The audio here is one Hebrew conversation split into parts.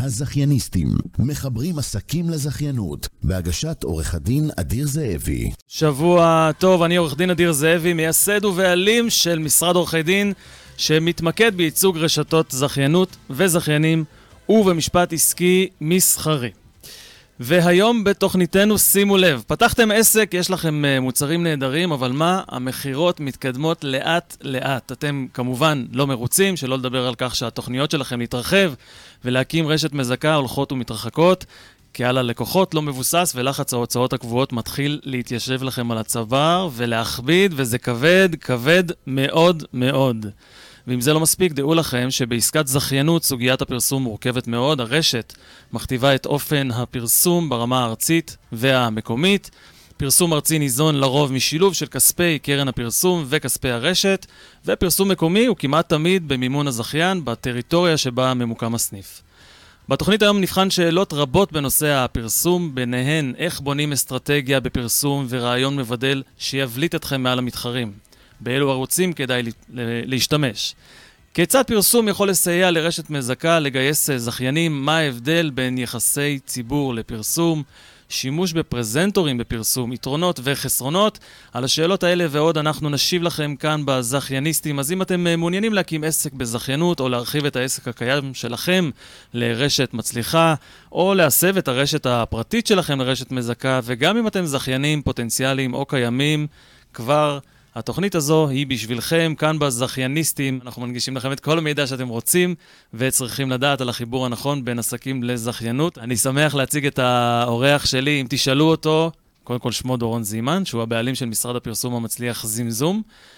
הזכייניסטים, מחברים עסקים לזכיינות, בהגשת עורך הדין אדיר זאבי. שבוע טוב, אני עורך דין אדיר זאבי, מייסד ובעלים של משרד עורכי דין, שמתמקד בייצוג רשתות זכיינות וזכיינים ובמשפט עסקי מסחרי. והיום בתוכניתנו, שימו לב, פתחתם עסק, יש לכם מוצרים נהדרים, אבל מה? המחירות מתקדמות לאט לאט. אתם כמובן לא מרוצים, שלא לדבר על כך שהתוכניות שלכם להתרחב ולהקים רשת מזכה הולכות ומתרחקות, קהל הלקוחות לא מבוסס ולחץ ההוצאות הקבועות מתחיל להתיישב לכם על הצוואר ולהכביד, וזה כבד, כבד מאוד מאוד. ואם זה לא מספיק, דעו לכם שבעסקת זכיינות סוגיית הפרסום מורכבת מאוד. הרשת מכתיבה את אופן הפרסום ברמה הארצית והמקומית. פרסום ארצי ניזון לרוב משילוב של כספי קרן הפרסום וכספי הרשת, ופרסום מקומי הוא כמעט תמיד במימון הזכיין בטריטוריה שבה ממוקם הסניף. בתוכנית היום נבחן שאלות רבות בנושא הפרסום, ביניהן איך בונים אסטרטגיה בפרסום ורעיון מבדל שיבליט אתכם מעל המתחרים. באילו ערוצים כדאי להשתמש. כיצד פרסום יכול לסייע לרשת מזכה לגייס זכיינים? מה ההבדל בין יחסי ציבור לפרסום? שימוש בפרזנטורים בפרסום, יתרונות וחסרונות? על השאלות האלה ועוד אנחנו נשיב לכם כאן בזכייניסטים. אז אם אתם מעוניינים להקים עסק בזכיינות או להרחיב את העסק הקיים שלכם לרשת מצליחה, או להסב את הרשת הפרטית שלכם לרשת מזכה, וגם אם אתם זכיינים פוטנציאליים או קיימים, כבר התוכנית הזו היא בשבילכם, כאן בזכייניסטים. אנחנו מנגישים לכם את כל המידע שאתם רוצים וצריכים לדעת על החיבור הנכון בין עסקים לזכיינות. אני שמח להציג את האורח שלי, אם תשאלו אותו, קודם כל שמו דורון זימן, שהוא הבעלים של משרד הפרסום המצליח זמזום.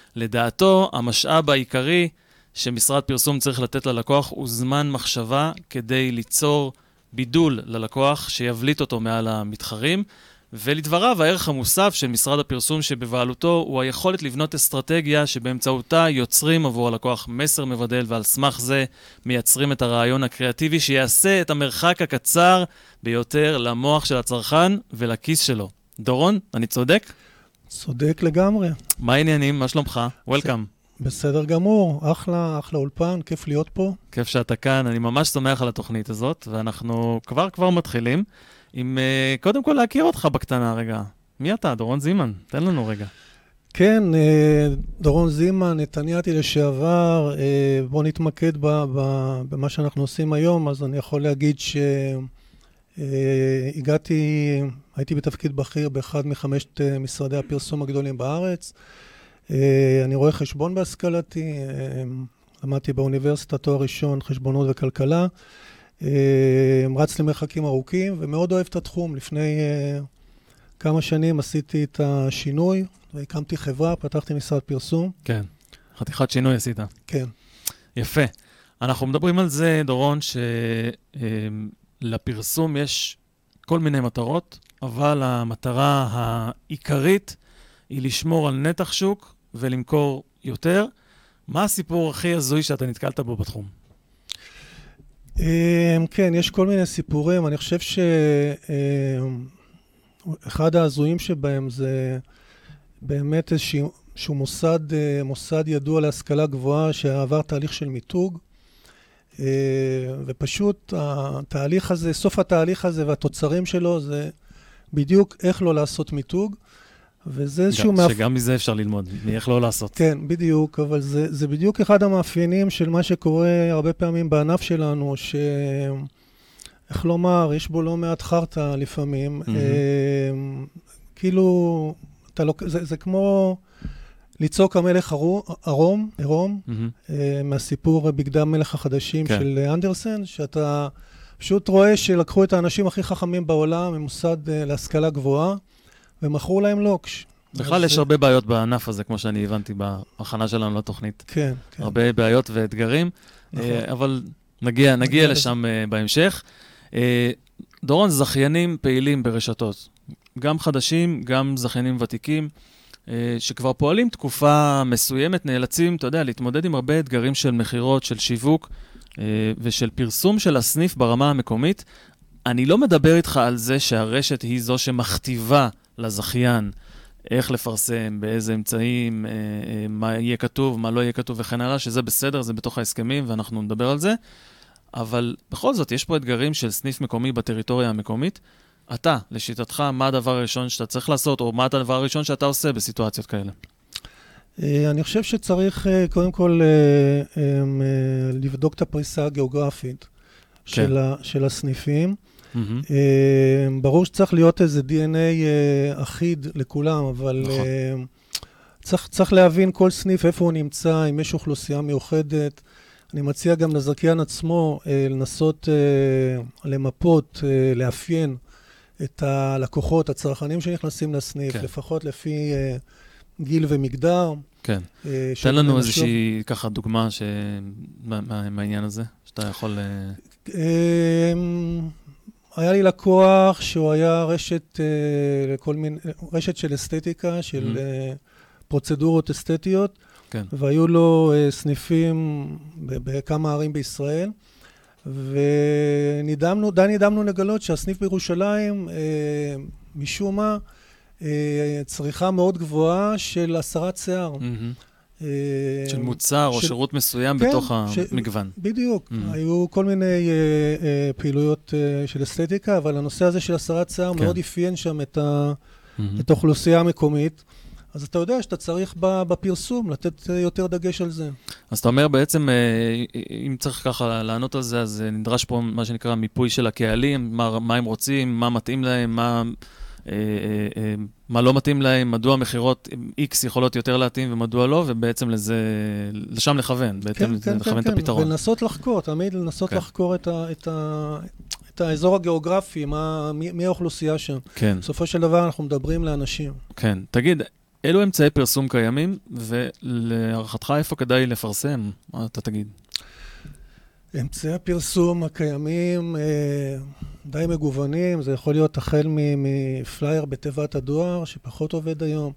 לדעתו, המשאב העיקרי שמשרד פרסום צריך לתת ללקוח הוא זמן מחשבה כדי ליצור בידול ללקוח שיבליט אותו מעל המתחרים. ולדבריו, הערך המוסף של משרד הפרסום שבבעלותו הוא היכולת לבנות אסטרטגיה שבאמצעותה יוצרים עבור הלקוח מסר מבדל, ועל סמך זה מייצרים את הרעיון הקריאטיבי שיעשה את המרחק הקצר ביותר למוח של הצרכן ולכיס שלו. דורון, אני צודק? צודק לגמרי. מה העניינים? מה שלומך? וולקאם. בסדר גמור, אחלה אולפן, כיף להיות פה. כיף שאתה כאן, אני ממש שמח על התוכנית הזאת, ואנחנו כבר מתחילים. אם קודם כל להכיר אותך בקטנה רגע. מי אתה? דורון זימן, תן לנו רגע. כן, דורון זימן, נתנייתי לשעבר. בוא נתמקד במה שאנחנו עושים היום. אז אני יכול להגיד הייתי בתפקיד בכיר באחד מחמשת משרדי הפרסום הגדולים בארץ. אני רואה חשבון בהשכלתי, למדתי באוניברסיטה תואר ראשון חשבונות וכלכלה. רץ למרחקים ארוכים ומאוד אוהב את התחום. לפני כמה שנים עשיתי את השינוי והקמתי חברה, פתחתי משרד פרסום. כן, חתיכת שינוי עשית. כן. יפה. אנחנו מדברים על זה, דורון, שלפרסום יש כל מיני מטרות, אבל המטרה העיקרית היא לשמור על נתח שוק ולמכור יותר. מה הסיפור הכי הזוי שאתה נתקלת בו בתחום? כן, יש כל מיני סיפורים. אני חושב שאחד ההזויים שבהם זה באמת איזשהו מוסד ידוע להשכלה גבוהה שעבר תהליך של מיתוג, ופשוט התהליך הזה, סוף התהליך הזה והתוצרים שלו זה בדיוק איך לא לעשות מיתוג. וזה שגם מזה אפשר ללמוד, מאיך לא לעשות. כן, בדיוק, אבל זה בדיוק אחד המאפיינים של מה שקורה הרבה פעמים בענף שלנו, איך לומר, יש בו לא מעט חרטה לפעמים. כאילו, זה כמו ליצוק המלך ערום, מהסיפור בגדי המלך החדשים של אנדרסן, שאתה פשוט רואה שלקחו את האנשים הכי חכמים בעולם, ממוסד להשכלה גבוהה, ומכרו להם לוקש. בכלל יש הרבה בעיות בענף הזה, כמו שאני הבנתי בהכנה שלנו לתוכנית. כן. הרבה בעיות ואתגרים, אבל נגיע לשם בהמשך. דורון, זכיינים פעילים ברשתות, גם חדשים, גם זכיינים ותיקים, שכבר פועלים תקופה מסוימת, נאלצים, אתה יודע, להתמודד עם הרבה אתגרים של מחירות, של שיווק, ושל פרסום של הסניף ברמה המקומית. אני לא מדבר איתך על זה שהרשת היא זו שמכתיבה לזכיין איך לפרסם, באיזה אמצעים, מה יהיה כתוב, מה לא יהיה כתוב וכן הלאה, שזה בסדר, זה בתוך ההסכמים ואנחנו נדבר על זה. אבל בכל זאת, יש פה אתגרים של סניף מקומי בטריטוריה המקומית. אתה, לשיטתך, מה הדבר הראשון שאתה צריך לעשות, או מה הדבר הראשון שאתה עושה בסיטואציות כאלה? אני חושב שצריך קודם כל לבדוק את הפריסה הגיאוגרפית של הסניפים. ברור שצריך להיות איזה DNA אחיד לכולם, אבל צריך להבין כל סניף איפה הוא נמצא, אם יש אוכלוסייה מיוחדת. אני מציע גם לזכיין עצמו לנסות למפות, לאפיין את הלקוחות, הצרכנים שנכנסים לסניף, לפחות לפי גיל ומגדר. כן. תן לנו איזושהי ככה דוגמה מהעניין הזה, שאתה יכול... היה לי לקוח שהוא היה רשת של אסתטיקה, של פרוצדורות אסתטיות, והיו לו סניפים בכמה ערים בישראל, ונדהמנו לגלות שהסניף בירושלים, משום מה, צריכה מאוד גבוהה של הסרת שיער. של מוצר או שירות מסוים בתוך המגוון. בדיוק. היו כל מיני פעילויות של אסתטיקה, אבל הנושא הזה של הסרת שיער מאוד אפיין שם את האוכלוסייה המקומית. אז אתה יודע שאתה צריך בפרסום לתת יותר דגש על זה. אז אתה אומר בעצם, אם צריך ככה לענות על זה, אז נדרש פה מה שנקרא מיפוי של הקהלים, מה הם רוצים, מה מתאים להם, מה לא מתאים להם, מדוע המחירות X יכולות יותר להתאים ומדוע לא, ובעצם לשם לכוון, בעצם לכוון את הפתרון. ולנסות לחקור, תמיד לנסות לחקור את האזור הגיאוגרפי, מי האוכלוסייה שם. בסופו של דבר אנחנו מדברים לאנשים. כן, תגיד, אילו אמצעי פרסום קיימים, ולהערכתך איפה כדאי לפרסם? מה אתה תגיד? אמצעי הפרסום הקיימים די מגוונים, זה יכול להיות החל מפלייר בתיבת הדואר, שפחות עובד היום,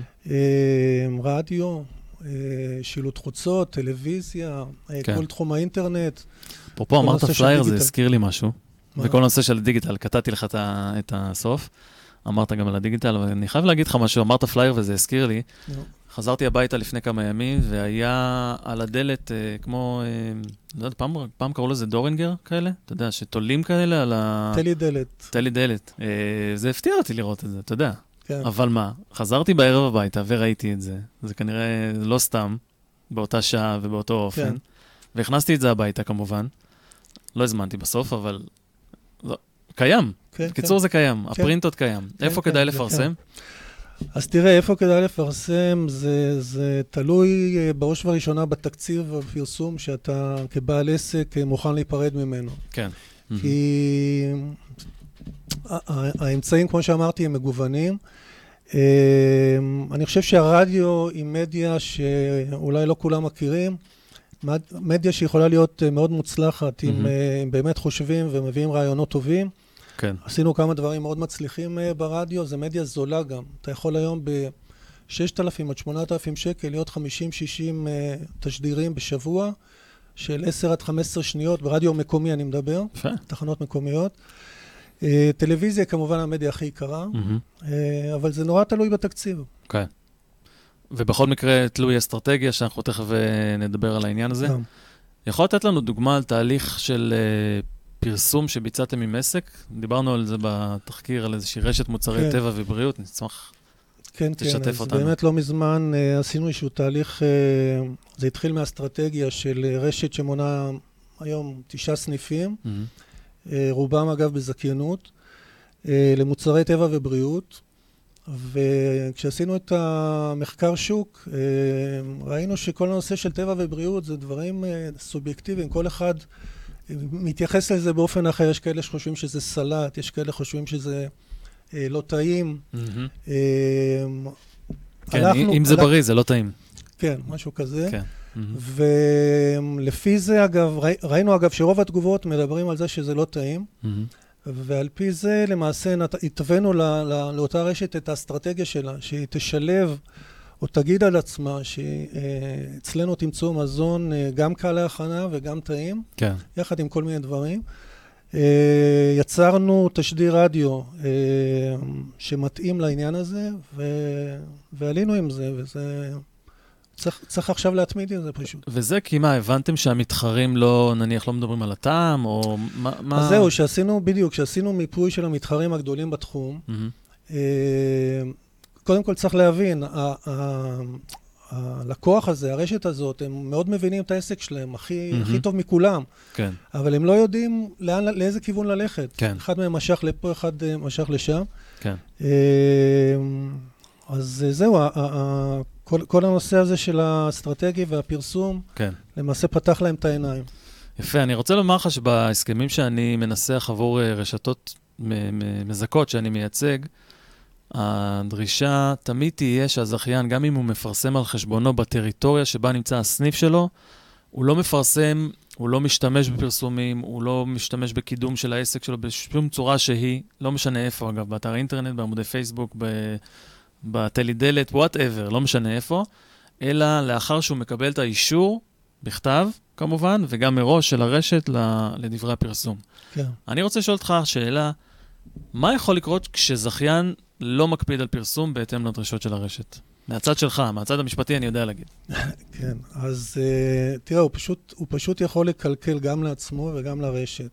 רדיו, שילוט חוצות, טלוויזיה, כל תחום האינטרנט. פה אמרת פלייר, זה הזכיר לי משהו, וכל נושא של דיגיטל, קטעתי לך את הסוף, אמרת גם על הדיגיטל, אבל אני חייב להגיד לך משהו, אמרת פלייר וזה הזכיר לי, חזרתי הביתה לפני כמה ימים, והיה על הדלת, כמו, לא יודע, פעם קראו לזה דורינגר כאלה, אתה יודע, שתולים כאלה על תלי דלת. תלי דלת. זה הפתיע אותי לראות את זה, אתה יודע. אבל מה, חזרתי בערב הביתה וראיתי את זה, זה כנראה לא סתם, באותה שעה ובאותו אופן, והכנסתי את זה הביתה כמובן, לא הזמנתי בסוף, אבל קיים. בקיצור זה קיים, הפרינטות קיים. איפה כדאי לפרסם? אז תראה, איפה כדאי לפרסם, זה תלוי בראש וראשונה בתקציב הפרסום שאתה כבעל עסק מוכן להיפרד ממנו. כן. כי האמצעים, כמו שאמרתי, הם מגוונים. אני חושב שהרדיו היא מדיה שאולי לא כולם מכירים, מדיה שיכולה להיות מאוד מוצלחת, אם באמת חושבים ומביאים רעיונות טובים. כן. עשינו כמה דברים מאוד מצליחים ברדיו, זה מדיה זולה גם. אתה יכול היום ב-6,000 עד 8,000 שקל להיות 50-60 תשדירים בשבוע, של 10 עד 15 שניות, ברדיו מקומי אני מדבר, תחנות מקומיות. טלוויזיה כמובן המדיה הכי יקרה, אבל זה נורא תלוי בתקציב. כן. ובכל מקרה תלוי אסטרטגיה, שאנחנו תכף נדבר על העניין הזה. יכול לתת לנו דוגמה על תהליך של פרסום שביצעתם עם עסק? דיברנו על זה בתחקיר, על איזושהי רשת מוצרי טבע ובריאות, נצמח תשתף אותנו. אז באמת לא מזמן עשינו איזשהו תהליך, זה התחיל מהאסטרטגיה של רשת שמונה היום 9 סניפים, רובם אגב בזכיינות, למוצרי טבע ובריאות, וכשעשינו את המחקר שוק, ראינו שכל הנושא של טבע ובריאות זה דברים סובייקטיביים, כל אחד מתייחס לזה באופן אחר, יש כאלה שחושבים שזה סלט, יש כאלה שחושבים שזה לא טעים. כן, אם זה בריא, זה לא טעים. כן, משהו כזה. ולפי זה, אגב, ראינו אגב שרוב התגובות מדברים על זה שזה לא טעים, ועל פי זה למעשה התווינו לאותה רשת את האסטרטגיה שלה, שהיא תשלב או תגיד על עצמה שאצלנו תמצאו מזון גם קל להכנה וגם טעים, יחד עם כל מיני דברים. יצרנו תשדיר רדיו שמתאים לעניין הזה, ועלינו עם זה, וזה צריך עכשיו להתמיד עם זה פשוט. וזה כי מה, הבנתם שהמתחרים לא, נניח, לא מדברים על הטעם, או מה? אז זהו, שעשינו מיפוי של המתחרים הגדולים בתחום, קודם כל צריך להבין, הלקוח הזה, הרשת הזאת, הם מאוד מבינים את העסק שלהם, הכי טוב מכולם. כן. אבל הם לא יודעים לאיזה כיוון ללכת. כן. אחד מהם משך לפה, אחד משך לשם. כן. אז זהו, כל הנושא הזה של האסטרטגיה והפרסום, כן. למעשה פתח להם את העיניים. יפה, אני רוצה לומר לך שבהסכמים שאני מנסח עבור רשתות מזכות שאני מייצג, הדרישה תמיד תהיה שהזכיין, גם אם הוא מפרסם על חשבונו בטריטוריה שבה נמצא הסניף שלו, הוא לא מפרסם, הוא לא משתמש בפרסומים, הוא לא משתמש בקידום של העסק שלו בשום צורה שהיא, לא משנה איפה, אגב, באתר אינטרנט, בעמודי פייסבוק, בטלידלת, whatever, לא משנה איפה, אלא לאחר שהוא מקבל את האישור, בכתב, כמובן, וגם מראש של הרשת לדברי הפרסום. כן. אני רוצה לשאול אותך שאלה, מה יכול לקרות כשזכיין לא מקפיד על פרסום בהתאם לדרישות של הרשת? מהצד שלך, מהצד המשפטי, אני יודע להגיד. כן, אז תראה, הוא פשוט יכול לקלקל גם לעצמו וגם לרשת.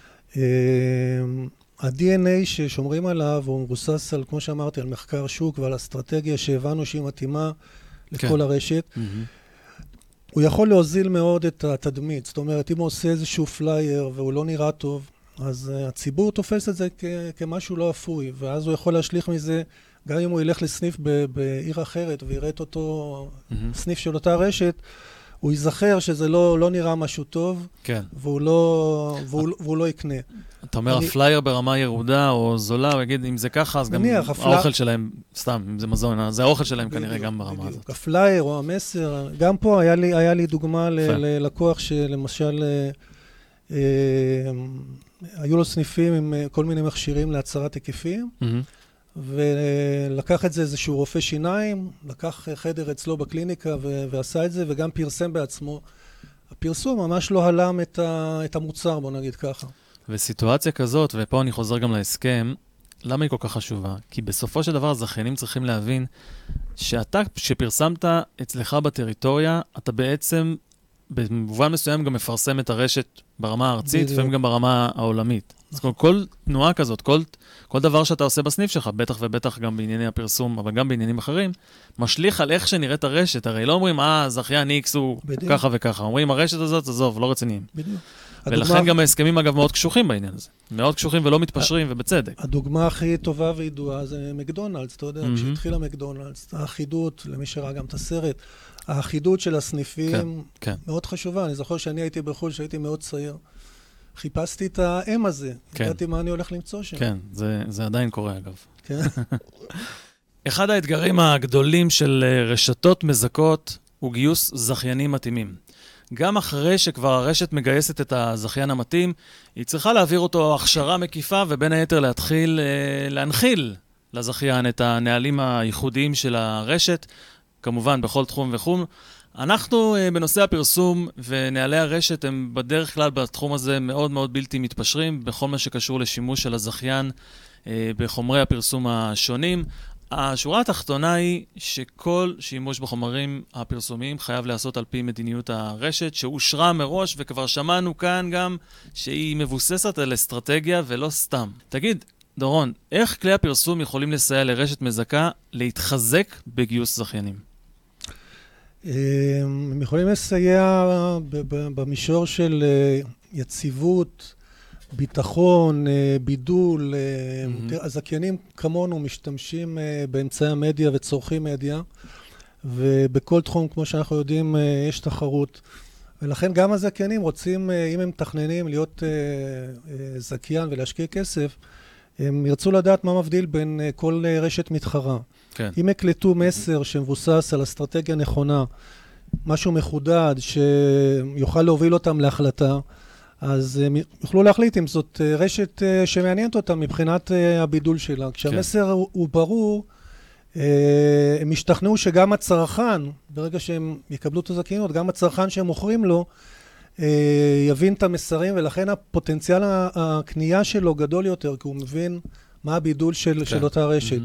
ה-DNA ששומרים עליו, הוא מבוסס על, כמו שאמרתי, על מחקר שוק ועל אסטרטגיה שהבנו שהיא מתאימה לכל הרשת. הוא יכול להוזיל מאוד את התדמית. זאת אומרת, אם הוא עושה איזשהו פלייר והוא לא נראה טוב, אז הציבור תופס את זה כמשהו לא אפוי, ואז הוא יכול להשליך מזה, גם אם הוא ילך לסניף בעיר אחרת ויראה את אותו סניף של אותה רשת, הוא ייזכר שזה לא נראה משהו טוב, כן. והוא לא יקנה. אתה אומר, הפלייר ברמה ירודה או זולה, הוא יגיד, אם זה ככה, אז גם האוכל שלהם, סתם, אם זה מזון, אז האוכל שללהם כנראה גם ברמה הזאת. הפלייר או המסר, גם פה היה לי דוגמה ללקוח שלמשל, היו לו סניפים עם כל מיני מכשירים להצרת היקפים, ולקח את זה איזשהו רופא שיניים, לקח חדר אצלו בקליניקה ועשה את זה, וגם פרסם בעצמו. הפרסום ממש לא הלם את המוצר, בוא נגיד ככה. וסיטואציה כזאת, ופה אני חוזר גם להסכם, למה היא כל כך חשובה? כי בסופו של דבר הזכיינים צריכים להבין שאתה, כשפרסמת אצלך בטריטוריה, אתה בעצם במובן מסוים גם מפרסם את הרשת ברמה הארצית, לפעמים גם ברמה העולמית. אז כל תנועה כזאת, כל דבר שאתה עושה בסניף שלך, בטח ובטח גם בענייני הפרסום, אבל גם בעניינים אחרים, משליך על איך שנראית הרשת. הרי לא אומרים, זכיין X הוא ככה וככה. אומרים, הרשת הזאת, עזוב, לא רציניים. בדיוק. ולכן גם ההסכמים, אגב, מאוד קשוחים בעניין הזה. מאוד קשוחים ולא מתפשרים, ובצדק. הדוגמה הכי טובה וידועה זה מקדונלדס, אתה יודע, כשהתחילה מקדונלדס, האחידות, למי שראה גם את הסרט, האחידות של הסניפים מאוד חשובה. אני זוכר שאני הייתי בחו"ל, שהייתי מאוד צעיר. חיפשתי את האם הזה. ידעתי מה אני הולך למצוא שם. כן, זה עדיין קורה, אגב. כן. אחד האתגרים הגדולים של רשתות מזכות הוא גיוס זכיינים מתאימים. גם אחרי שכבר הרשת מגייסת את הזכיין המתאים, היא צריכה להעביר אותו הכשרה מקיפה, ובין היתר להתחיל להנחיל לזכיין את הנהלים הייחודיים של הרשת, כמובן בכל תחום וחום. אנחנו בנושא הפרסום ונהלי הרשת הם בדרך כלל בתחום הזה מאוד מאוד בלתי מתפשרים, בכל מה שקשור לשימוש של הזכיין בחומרי הפרסום השונים. השורה התחתונה היא שכל שימוש בחומרים הפרסומיים חייב לעשות על פי מדיניות הרשת, שאושרה מראש, וכבר שמענו כאן גם שהיא מבוססת על אסטרטגיה ולא סתם. תגיד, דורון, איך כלי הפרסום יכולים לסייע לרשת מזכה להתחזק בגיוס זכיינים? הם יכולים לסייע במישור של יציבות, ביטחון, בידול. הזכיינים כמונו משתמשים באמצעי המדיה וצורכים מדיה, ובכל תחום, כמו שאנחנו יודעים, יש תחרות. ולכן גם הזכיינים רוצים, אם הם מתכננים להיות זכיין ולהשקיע כסף, הם ירצו לדעת מה מבדיל בין כל רשת מתחרה. כן. אם יקלטו מסר שמבוסס על אסטרטגיה נכונה, משהו מחודד שיוכל להוביל אותם להחלטה, אז הם יוכלו להחליט אם זאת רשת שמעניינת אותם מבחינת הבידול שלה. כשהמסר הוא ברור, הם ישתכנעו שגם הצרכן, ברגע שהם יקבלו את הזכיינות, גם הצרכן שהם מוכרים לו, יבין את המסרים, ולכן הפוטנציאל הקנייה שלו גדול יותר, כי הוא מבין מה הבידול של אותה רשת.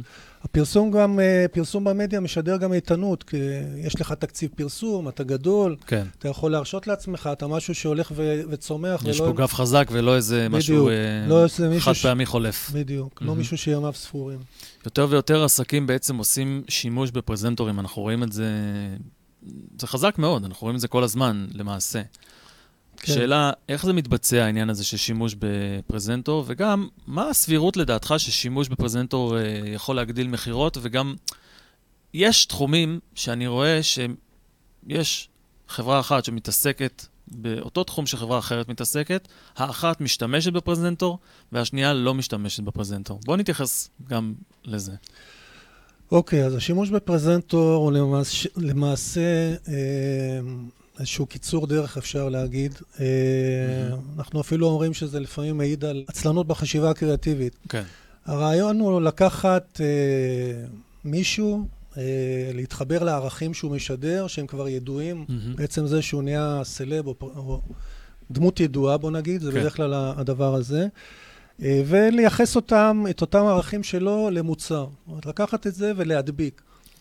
הפרסום גם, פרסום במדיה משדר גם איתנות, כי יש לך תקציב פרסום, אתה גדול, כן. אתה יכול להרשות לעצמך, אתה משהו שהולך וצומח. יש פה גב חזק ולא איזה משהו חד פעמי חולף. בדיוק, לא מישהו שימיו ספורים. יותר ויותר עסקים בעצם עושים שימוש בפרזנטורים, אנחנו רואים את זה, זה חזק מאוד, אנחנו רואים את זה כל הזמן למעשה. כן. שאלה, איך זה מתבצע העניין הזה של שימוש בפרזנטור, וגם, מה הסבירות לדעתך ששימוש בפרזנטור יכול להגדיל מחירות, וגם יש תחומים שאני רואה שיש חברה אחת שמתעסקת באותו תחום שחברה אחרת מתעסקת, האחת משתמשת בפרזנטור, והשנייה לא משתמשת בפרזנטור. בואו נתייחס גם לזה. אוקיי, אז השימוש בפרזנטור הוא למעשה איזשהו קיצור דרך, אפשר להגיד. אנחנו אפילו אומרים שזה לפעמים מעיד על עצלנות בחשיבה הקריאטיבית. כן. הרעיון הוא לקחת מישהו, להתחבר לערכים שהוא משדר, שהם כבר ידועים. בעצם זה שהוא נהיה סלב או דמות ידועה, בוא נגיד, זה בדרך כלל הדבר הזה. ולייחס אותם, את אותם הערכים שלו למוצר. זאת אומרת, לקחת את זה ולהדביק.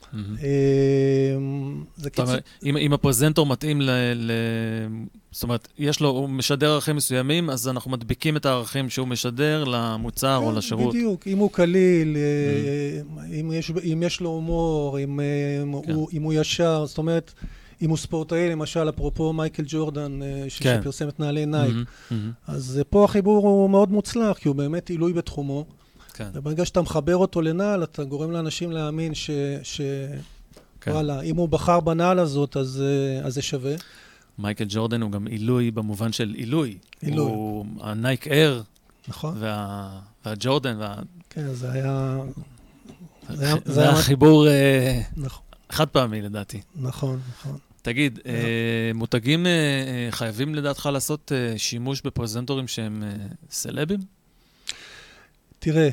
אם הפרזנטור מתאים זאת אומרת, הוא משדר ערכים מסוימים, אז אנחנו מדביקים את הערכים שהוא משדר למוצר או לשירות. בדיוק, אם הוא קליל, אם יש לו הומור, אם הוא ישר, זאת אומרת, אם הוא ספורטאי, למשל, אפרופו מייקל ג'ורדן, שפרסם את נעלי נייק. אז פה החיבור הוא מאוד מוצלח, כי הוא באמת עילוי בתחומו. וברגע שאתה מחבר אותו לנעל, אתה גורם לאנשים להאמין וואלה, אם הוא בחר בנעל הזאת, אז זה שווה. מייקל ג'ורדן הוא גם עילוי במובן של עילוי. הוא הנייק אייר. נכון. והג'ורדן. כן, זה היה... זה היה חיבור חד פעמי, לדעתי. נכון, נכון. תגיד, מותגים חייבים לדעתך לעשות שימוש בפרזנטורים שהם סלבים? תראה,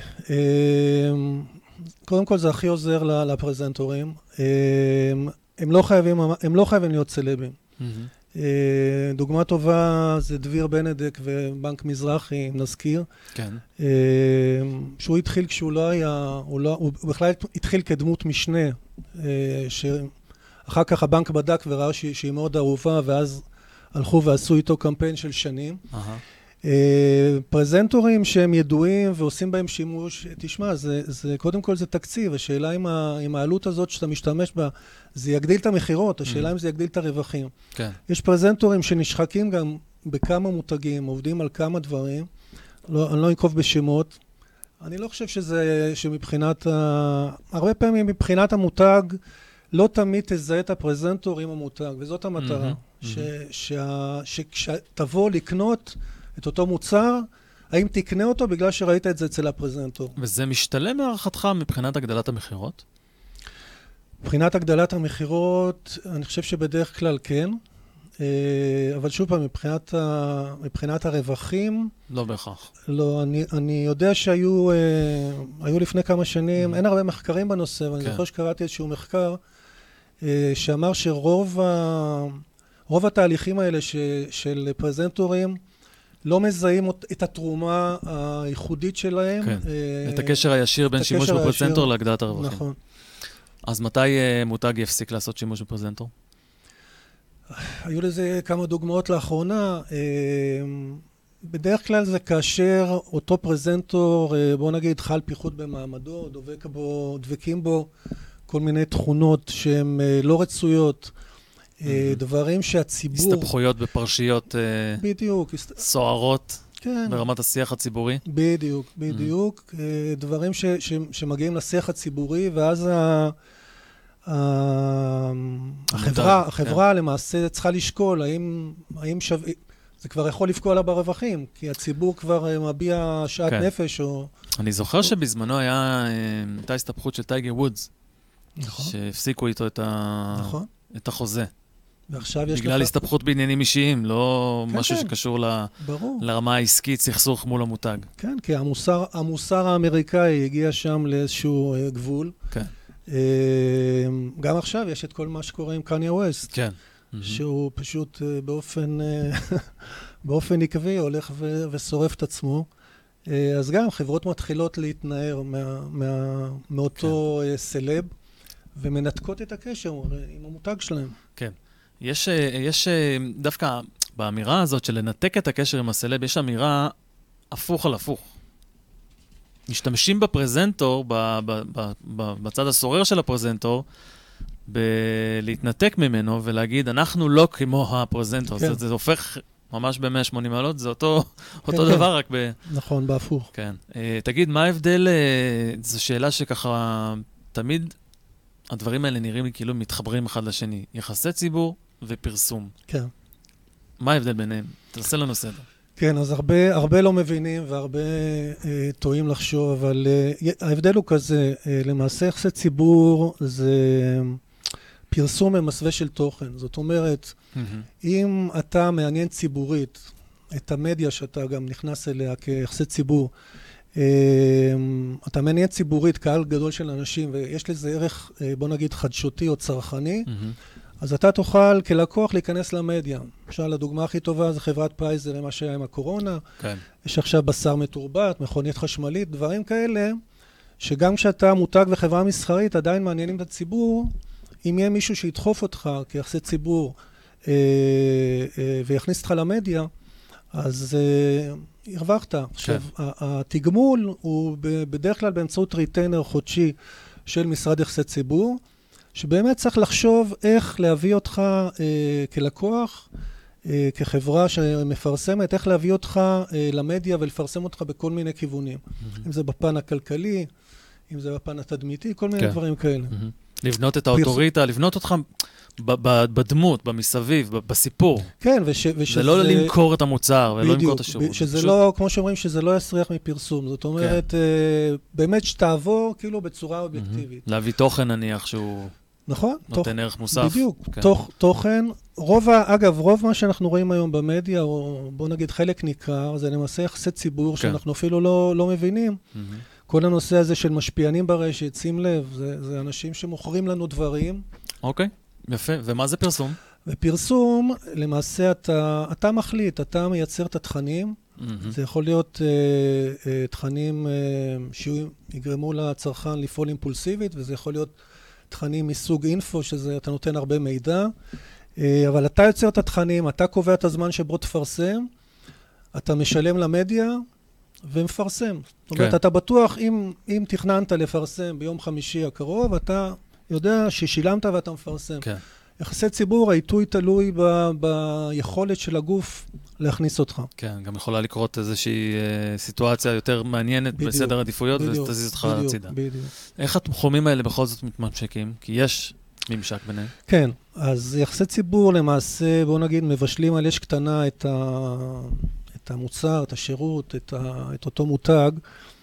קודם כל זה הכי עוזר לפרזנטורים. הם לא חייבים להיות סלבים. דוגמה טובה זה דביר בנדק ובנק מזרחי, אם נזכיר. כן. שהוא התחיל כשהוא לא היה, הוא בכלל התחיל כדמות משנה, שאחר כך הבנק בדק וראה שהיא מאוד אהובה, ואז הלכו ועשו איתו קמפיין של שנים. פרזנטורים שהם ידועים ועושים בהם שימוש, תשמע, קודם כל זה תקציב, השאלה אם העלות הזאת שאתה משתמש בה, זה יגדיל את המחירות, השאלה אם זה יגדיל את הרווחים. כן. יש פרזנטורים שנשחקים גם בכמה מותגים, עובדים על כמה דברים, אני לא אנקוב בשמות, אני לא חושב שמבחינת, הרבה פעמים מבחינת המותג, לא תמיד תזהה את הפרזנטור עם המותג, וזאת המטרה, שתבוא לקנות את אותו מוצר, האם תקנה אותו בגלל שראית את זה אצל הפרזנטור. וזה משתלם מערכתך מבחינת הגדלת המחירות? מבחינת הגדלת המחירות, אני חושב שבדרך כלל כן, אבל שוב פעם, מבחינת הרווחים... לא בהכרח. לא, אני יודע שהיו לפני כמה שנים, אין הרבה מחקרים בנושא, אבל אני זוכר שקראתי איזשהו מחקר, שאמר שרוב התהליכים האלה של פרזנטורים, לא מזהים את התרומה הייחודית שלהם. כן, את הקשר הישיר בין שימוש בפרזנטור להגדלת הרווחים. נכון. אז מתי מותג יפסיק לעשות שימוש בפרזנטור? היו לזה כמה דוגמאות לאחרונה. בדרך כלל זה כאשר אותו פרזנטור, בוא נגיד, חל פיחות במעמדו, דבקים בו כל מיני תכונות שהן לא רצויות, דברים שהציבור... הסתבכויות בפרשיות בדיוק. סוערות ברמת השיח הציבורי. בדיוק. דברים שמגיעים לשיח הציבורי, ואז החברה למעשה צריכה לשקול, האם שווה... זה כבר יכול לפגוע לה ברווחים, כי הציבור כבר מביע שאט נפש או... אני זוכר שבזמנו הייתה הסתבכות של טייגר וודס, שהפסיקו איתו את החוזה. בגלל הסתבכות בעניינים אישיים, לא משהו שקשור לרמה העסקית, סכסוך מול המותג. כן, כי המוסר האמריקאי הגיע שם לאיזשהו גבול. כן. גם עכשיו יש את כל מה שקורה עם קניה ווסט. כן. שהוא פשוט באופן עקבי הולך ושורף את עצמו. אז גם חברות מתחילות להתנער מאותו סלב, ומנתקות את הקשר עם המותג שלהם. כן. יש דווקא באמירה הזאת של לנתק את הקשר עם הסלב, יש אמירה הפוך על הפוך. משתמשים בפרזנטור, בצד הסורר של הפרזנטור, להתנתק ממנו ולהגיד, אנחנו לא כמו הפרזנטור. כן. זה הופך ממש ב-180 מעלות, זה אותו כן. דבר, רק נכון, בהפוך. כן. תגיד, מה ההבדל? זו שאלה שככה, תמיד הדברים האלה נראים לי כאילו מתחברים אחד לשני. יחסי ציבור ופרסום. כן. מה ההבדל ביניהם? תעשה לנו סדר. כן, אז הרבה לא מבינים והרבה טועים לחשוב, אבל ההבדל הוא כזה, למעשה יחסי ציבור זה פרסום במסווה של תוכן. זאת אומרת, אם אתה מעניין ציבורית את המדיה שאתה גם נכנס אליה כיחסי ציבור, אתה מעניין ציבורית, קהל גדול של אנשים, ויש לזה ערך, בוא נגיד, חדשותי או צרכני, אז אתה תוכל כלקוח להיכנס למדיה. למשל, הדוגמה הכי טובה זה חברת פייזר, למה שהיה עם הקורונה. כן. יש עכשיו בשר מתורבת, מכונית חשמלית, דברים כאלה, שגם כשאתה מותג וחברה מסחרית, עדיין מעניינים את הציבור, אם יהיה מישהו שידחוף אותך כיחסי ציבור ויכניס אותך למדיה, אז הרווחת. עכשיו, התגמול הוא בדרך כלל באמצעות ריטיינר חודשי של משרד יחסי ציבור, שבאמת צריך לחשוב איך להביא אותך כלקוח, כחברה שמפרסמת, איך להביא אותך למדיה ולפרסם אותך בכל מיני כיוונים. אם זה בפן הכלכלי, אם זה בפן התדמיתי, כל מיני דברים כאלה. לבנות את האוטוריטה, לבנות אותך בדמות, במסביב, בסיפור. כן, זה לא למכור את המוצר ולא למכור את השירות. שזה לא, כמו שאומרים, שזה לא יסריח מפרסום. זאת אומרת, באמת שתעבור כאילו בצורה אובייקטיבית. להביא תוכן נניח שהוא... נכון. נותן ערך מוסף. בדיוק. תוכן. אגב, רוב מה שאנחנו רואים היום במדיה, או בוא נגיד חלק ניכר, זה למעשה יחסי ציבור שאנחנו אפילו לא מבינים. כל הנושא הזה של משפיענים ברשת, שים לב, זה אנשים שמוכרים לנו דברים. אוקיי, יפה. ומה זה פרסום? בפרסום, למעשה אתה מחליט, אתה מייצר את התכנים. זה יכול להיות תכנים שיגרמו לצרכן לפעול אימפולסיבית, וזה יכול להיות תכנים מסוג אינפו, שזה אתה נותן הרבה מידע, אבל אתה יוצר את התכנים, אתה קובע את הזמן שבו תפרסם, אתה משלם למדיה ומפרסם. זאת אומרת, אתה בטוח, אם תכננת לפרסם ביום חמישי הקרוב, אתה יודע ששילמת ואתה מפרסם. יחסי ציבור, העיתוי תלוי ביכולת של הגוף להכניס אותך. כן, גם יכולה לקרות איזושהי סיטואציה יותר מעניינת בסדר עדיפויות, ותזיז אותך הצידה. איך התחומים האלה בכל זאת מתממשקים? כי יש ממשק ביניהם. כן, אז יחסי ציבור למעשה, בואו נגיד, מבשלים על אש קטנה את המוצר, את השירות, את אותו מותג,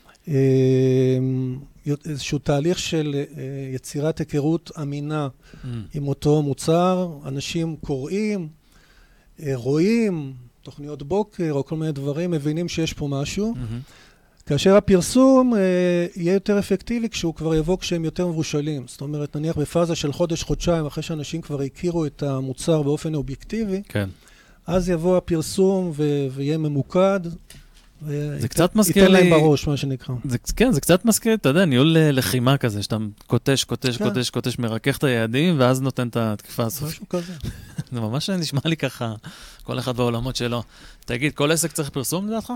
איזשהו תהליך של יצירת היכרות אמינה עם אותו מוצר. אנשים קוראים, רואים, תוכניות בוקר או כל מיני דברים, מבינים שיש פה משהו. כאשר הפרסום יהיה יותר אפקטיבי כשהוא כבר יבוא כשהם יותר מבושלים. זאת אומרת, נניח בפאזה של חודש-חודשיים, אחרי שאנשים כבר הכירו את המוצר באופן אובייקטיבי, אז יבוא הפרסום ויהיה ממוקד, זה קצת מזכיר לי... ייתן להם בראש, מה שנקרא. כן, זה קצת מזכיר, אתה יודע, ניהול לחימה כזה, שאתה קוטש, מרכך את היעדים, ואז נותן את התקיפה הסופית. משהו כזה. זה ממש נשמע לי ככה, כל אחד בעולמות שלו. תגיד, כל עסק צריך פרסום לדעתך?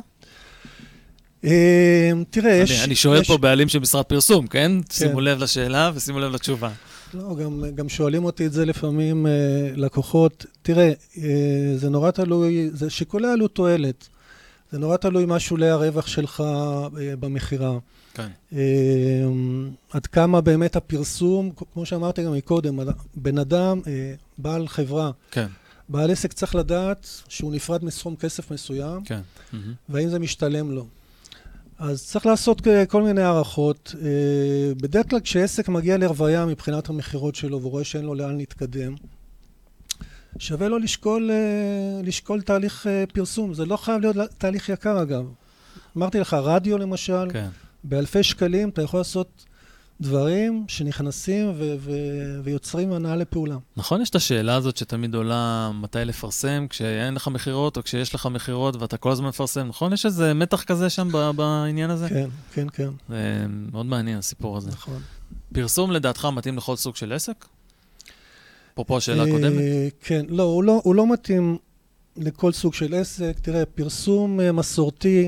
תראה, יש... אני שואל פה בעלים של משרד פרסום, כן? שימו לב לשאלה ושימו לב לתשובה. לא, גם שואלים אותי את זה לפעמים לקוחות. תראה, זה נורא תלוי, זה שיקולי עלות תועלת. זה נורא תלוי מה שולי הרווח שלך במחירה. כן. עד כמה באמת הפרסום, כמו שאמרתי גם מקודם, בן אדם, בעל חברה, כן. בעל עסק צריך לדעת שהוא נפרד מסכום כסף מסוים, כן. והאם זה משתלם לו. אז צריך לעשות כל מיני הערכות. בדרך כלל כשעסק מגיע לרוויה מבחינת המחירות שלו, והוא רואה שאין לו לאן להתקדם, שווה לו לשקול תהליך פרסום. זה לא חייב להיות תהליך יקר, אגב. אמרתי לך, רדיו למשל, באלפי שקלים, אתה יכול לעשות דברים שנכנסים ויוצרים הנאה לפעולה. נכון, יש את השאלה הזאת שתמיד עולה מתי לפרסם, כשאין לך מחירות או כשיש לך מחירות ואתה כל הזמן מפרסם, נכון? יש איזה מתח כזה שם בעניין הזה? כן, כן, כן. זה מאוד מעניין הסיפור הזה. נכון. פרסום לדעתך מתאים לכל סוג של עסק? אפרופו השאלה הקודמת? כן, לא, הוא לא מתאים לכל סוג של עסק. תראה, פרסום מסורתי,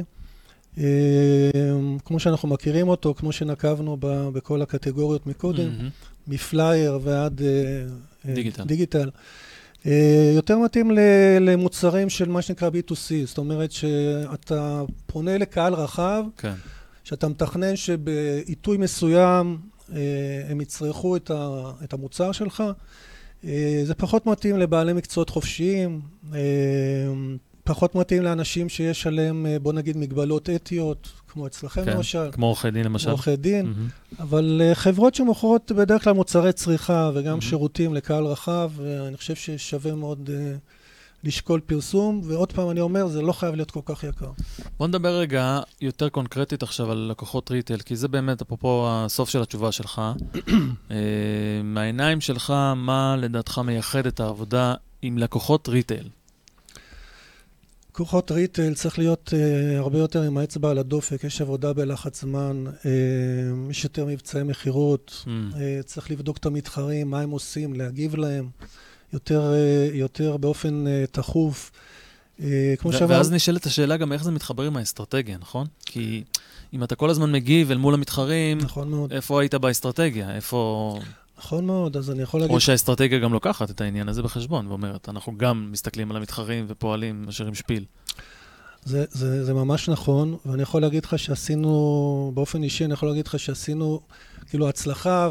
כמו שאנחנו מכירים אותו, כמו שנקבנו בכל הקטגוריות מקודם, מפלייר ועד דיגיטל. יותר מתאים למוצרים של מה שנקרא B2C, זאת אומרת שאתה פונה לקהל רחב, שאתה מתכנן שבעיתוי מסוים הם יצרכו את המוצר שלך. זה פחות מתאים לבעלי מקצועות חופשיים, פחות מתאים לאנשים שיש עליהם, בוא נגיד, מגבלות אתיות, כמו אצלכם למשל. כמו עורכי דין למשל. עורכי דין, אבל חברות שמוכרות בדרך כלל מוצרי צריכה וגם שירותים לקהל רחב, ואני חושב ששווה מאוד לשקול פרסום, ועוד פעם אני אומר, זה לא חייב להיות כל כך יקר. בוא נדבר רגע יותר קונקרטית עכשיו על לקוחות ריטל, כי זה באמת, אפרופו הסוף של התשובה שלך. מהעיניים שלך, מה לדעתך מייחד את העבודה עם לקוחות ריטל? לקוחות ריטל צריך להיות הרבה יותר עם האצבע על הדופק, יש עבודה בלחץ זמן, יש יותר מבצעי מחירות, צריך לבדוק את המתחרים, מה הם עושים, להגיב להם. יותר באופן תחוף. ואז נשאלת השאלה גם איך זה מתחבר עם האסטרטגיה, נכון? כי אם אתה כל הזמן מגיב אל מול המתחרים, איפה היית באסטרטגיה? איפה... נכון מאוד, אז אני יכול להגיד... או שהאסטרטגיה גם לוקחת את העניין הזה בחשבון, ואומרת, אנחנו גם מסתכלים על המתחרים ופועלים אשר עם שפיל. זה ממש נכון, ואני יכול להגיד לך שעשינו, באופן אישי, אני יכול להגיד לך שעשינו, כאילו, ההצלחה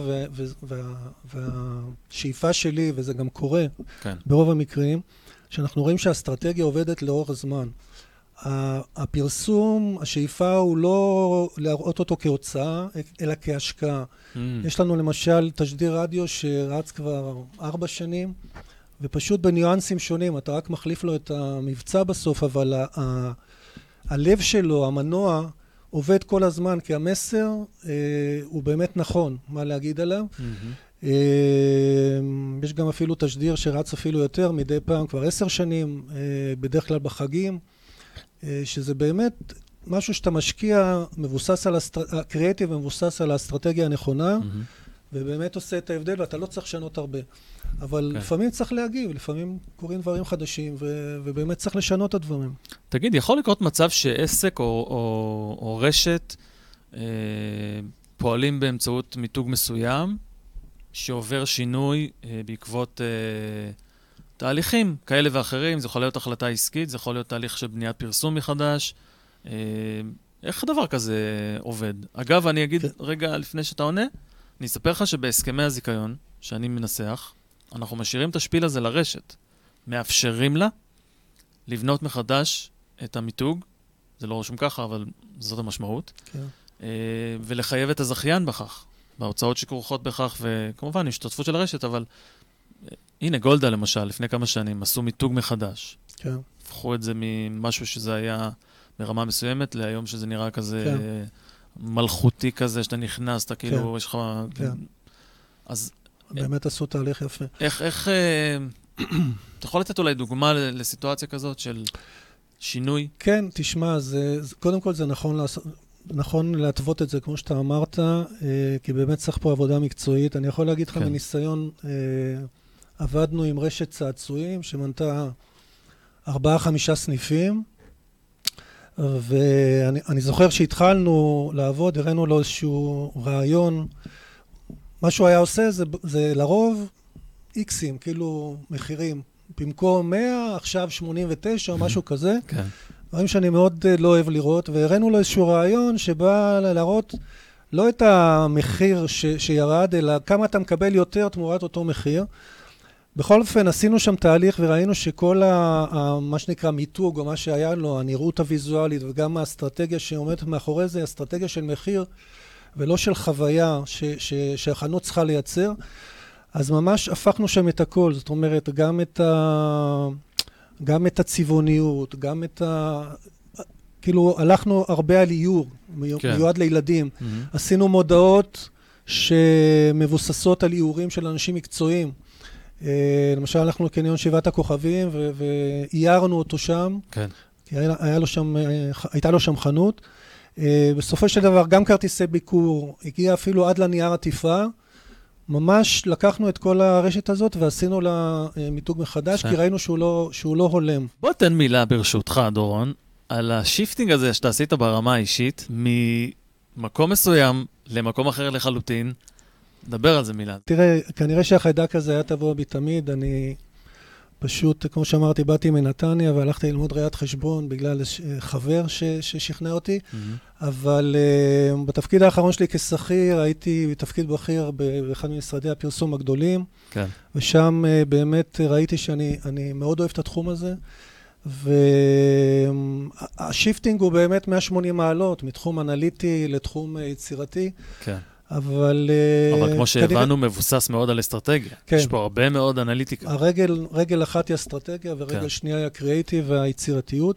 והשאיפה שלי, וזה גם קורה ברוב המקרים, שאנחנו רואים שהאסטרטגיה עובדת לאורך זמן. הפרסום, השאיפה הוא לא להראות אותו כהוצאה, אלא כהשקעה. יש לנו למשל תשדיר רדיו שרץ כבר 4 שנים, ופשוט בניואנסים שונים, אתה רק מחליף לו את המבצע בסוף, אבל הלב שלו, המנוע, עובד כל הזמן, כי המסר הוא באמת נכון, מה להגיד עליו. יש גם אפילו תשדיר שרץ אפילו יותר, מדי פעם כבר 10 שנים, בדרך כלל בחגים, שזה באמת משהו שאתה משקיע, מבוסס על הקריאטיב, מבוסס על האסטרטגיה הנכונה, ובאמת עושה את ההבדל, ואתה לא צריך לשנות הרבה. אבל לפעמים צריך להגיב, לפעמים קורים דברים חדשים, ובאמת צריך לשנות את הדברים. תגיד, יכול לקרות מצב שעסק או רשת פועלים באמצעות מיתוג מסוים, שעובר שינוי בעקבות תהליכים כאלה ואחרים, זה יכול להיות החלטה עסקית, זה יכול להיות תהליך של בניית פרסום מחדש. איך דבר כזה עובד? אגב, אני אגיד רגע לפני שאתה עונה, אני אספר לך שבהסכמי הזיכיון, שאני מנסח, אנחנו משאירים את השפיל הזה לרשת, מאפשרים לה לבנות מחדש את המיתוג, זה לא רשום ככה, אבל זאת המשמעות, ולחייב את הזכיין בכך, בהוצאות שכרוכות בכך, וכמובן השתתפות של הרשת, אבל הנה גולדה למשל, לפני כמה שנים, עשו מיתוג מחדש. כן. הפכו את זה ממשהו שזה היה ברמה מסוימת, להיום שזה נראה כזה מלכותי כזה, שאתה נכנס, אתה כאילו, יש לך... אז... באמת עשו תהליך יפה. איך... אתה יכול לתת אולי דוגמה לסיטואציה כזאת של שינוי? כן, תשמע, קודם כל זה נכון להתוות את זה, כמו שאתה אמרת, כי באמת צריך פה עבודה מקצועית. אני יכול להגיד לך מניסיון, עבדנו עם רשת צעצועים שמנתה 4-5 סניפים, ואני זוכר שהתחלנו לעבוד, הראינו לו איזשהו רעיון, מה שהוא היה עושה זה לרוב איקסים, כאילו מחירים, במקום 100, עכשיו 89 או משהו כזה, דברים שאני מאוד לא אוהב לראות, והראינו לו איזשהו רעיון שבא להראות לא את המחיר שירד, אלא כמה אתה מקבל יותר תמורת אותו מחיר. בכל אופן, עשינו שם תהליך וראינו שכל מה שנקרא מיתוג, או מה שהיה לו, הנראות הוויזואלית, וגם האסטרטגיה שעומדת מאחורי זה, אסטרטגיה של מחיר, ולא של חוויה שהחנות צריכה לייצר. אז ממש הפכנו שם את הכל, זאת אומרת, גם את הצבעוניות, גם את כאילו, הלכנו הרבה על איור, מיועד לילדים. עשינו מודעות שמבוססות על איורים של אנשים מקצועיים. למשל, הלכנו לקניון שבעת הכוכבים, ואיירנו אותו שם, כן. כי הייתה לו שם חנות. בסופו של דבר, גם כרטיסי ביקור, הגיע אפילו עד לנייר עטיפה, ממש לקחנו את כל הרשת הזאת ועשינו לה מיתוג מחדש, כי ראינו שהוא לא הולם. בוא תן מילה ברשותך, דורון, על השיפטינג הזה שאתה עשית ברמה האישית, ממקום מסוים למקום אחר לחלוטין. דבר על זה מילה. תראה, כנראה שהחיידק הזה היה טבוע בי תמיד. אני פשוט, כמו שאמרתי, באתי מנתניה והלכתי ללמוד ראיית חשבון בגלל חבר ששכנע אותי. אבל בתפקיד האחרון שלי כשכיר, הייתי בתפקיד בכיר באחד ממשרדי הפרסום הגדולים. כן. ושם באמת ראיתי שאני מאוד אוהב את התחום הזה. והשיפטינג הוא באמת 180 מעלות, מתחום אנליטי לתחום יצירתי. כן. אבל כמו שהבנו, מבוסס מאוד על אסטרטגיה. כן. יש פה הרבה מאוד אנליטיקה. רגל אחת היא אסטרטגיה, ורגל שנייה היא הקריאיטיב והיצירתיות.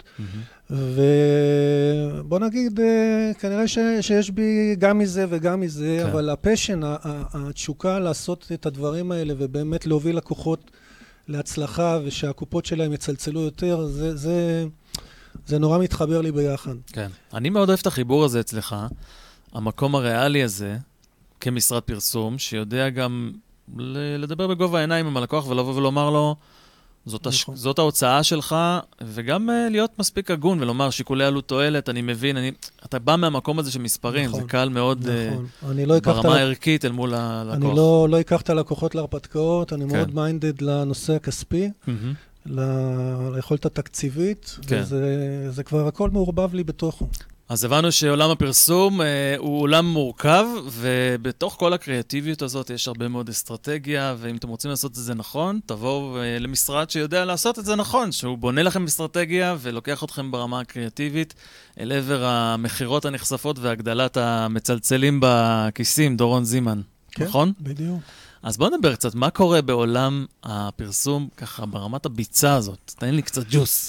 ובוא נגיד, כנראה שיש בי גם מזה וגם מזה, אבל הפשן, התשוקה לעשות את הדברים האלה, ובאמת להוביל לקוחות להצלחה, ושהקופות שלהם יצלצלו יותר, זה נורא מתחבר לי ביחד. כן. אני מאוד אוהב את החיבור הזה אצלך, המקום הריאלי הזה, כמשרד פרסום, שיודע גם לדבר בגובה העיניים עם הלקוח, ולבוא ולומר לו, זאת ההוצאה שלך, וגם להיות מספיק הגון, ולומר שיקולי עלות תועלת, אני מבין, אתה בא מהמקום הזה של מספרים, זה קל מאוד ברמה הערכית אל מול הלקוח. אני לא אקח את הלקוחות להרפתקאות, אני מאוד מיינדד לנושא הכספי, ליכולת התקציבית, וזה כבר הכל מעורבב לי בתוכו. אז הבנו שעולם הפרסום הוא עולם מורכב, ובתוך כל הקריאטיביות הזאת יש הרבה מאוד אסטרטגיה, ואם אתם רוצים לעשות את זה נכון, תבואו למשרד שיודע לעשות את זה נכון, שהוא בונה לכם אסטרטגיה ולוקח אתכם ברמה הקריאטיבית אל עבר המחירות הנחשפות והגדלת המצלצלים בכיסים, דורון זימן, נכון? בדיוק. אז בואו נדבר קצת, מה קורה בעולם הפרסום ככה ברמת הביצה הזאת? תן לי קצת ג'וס.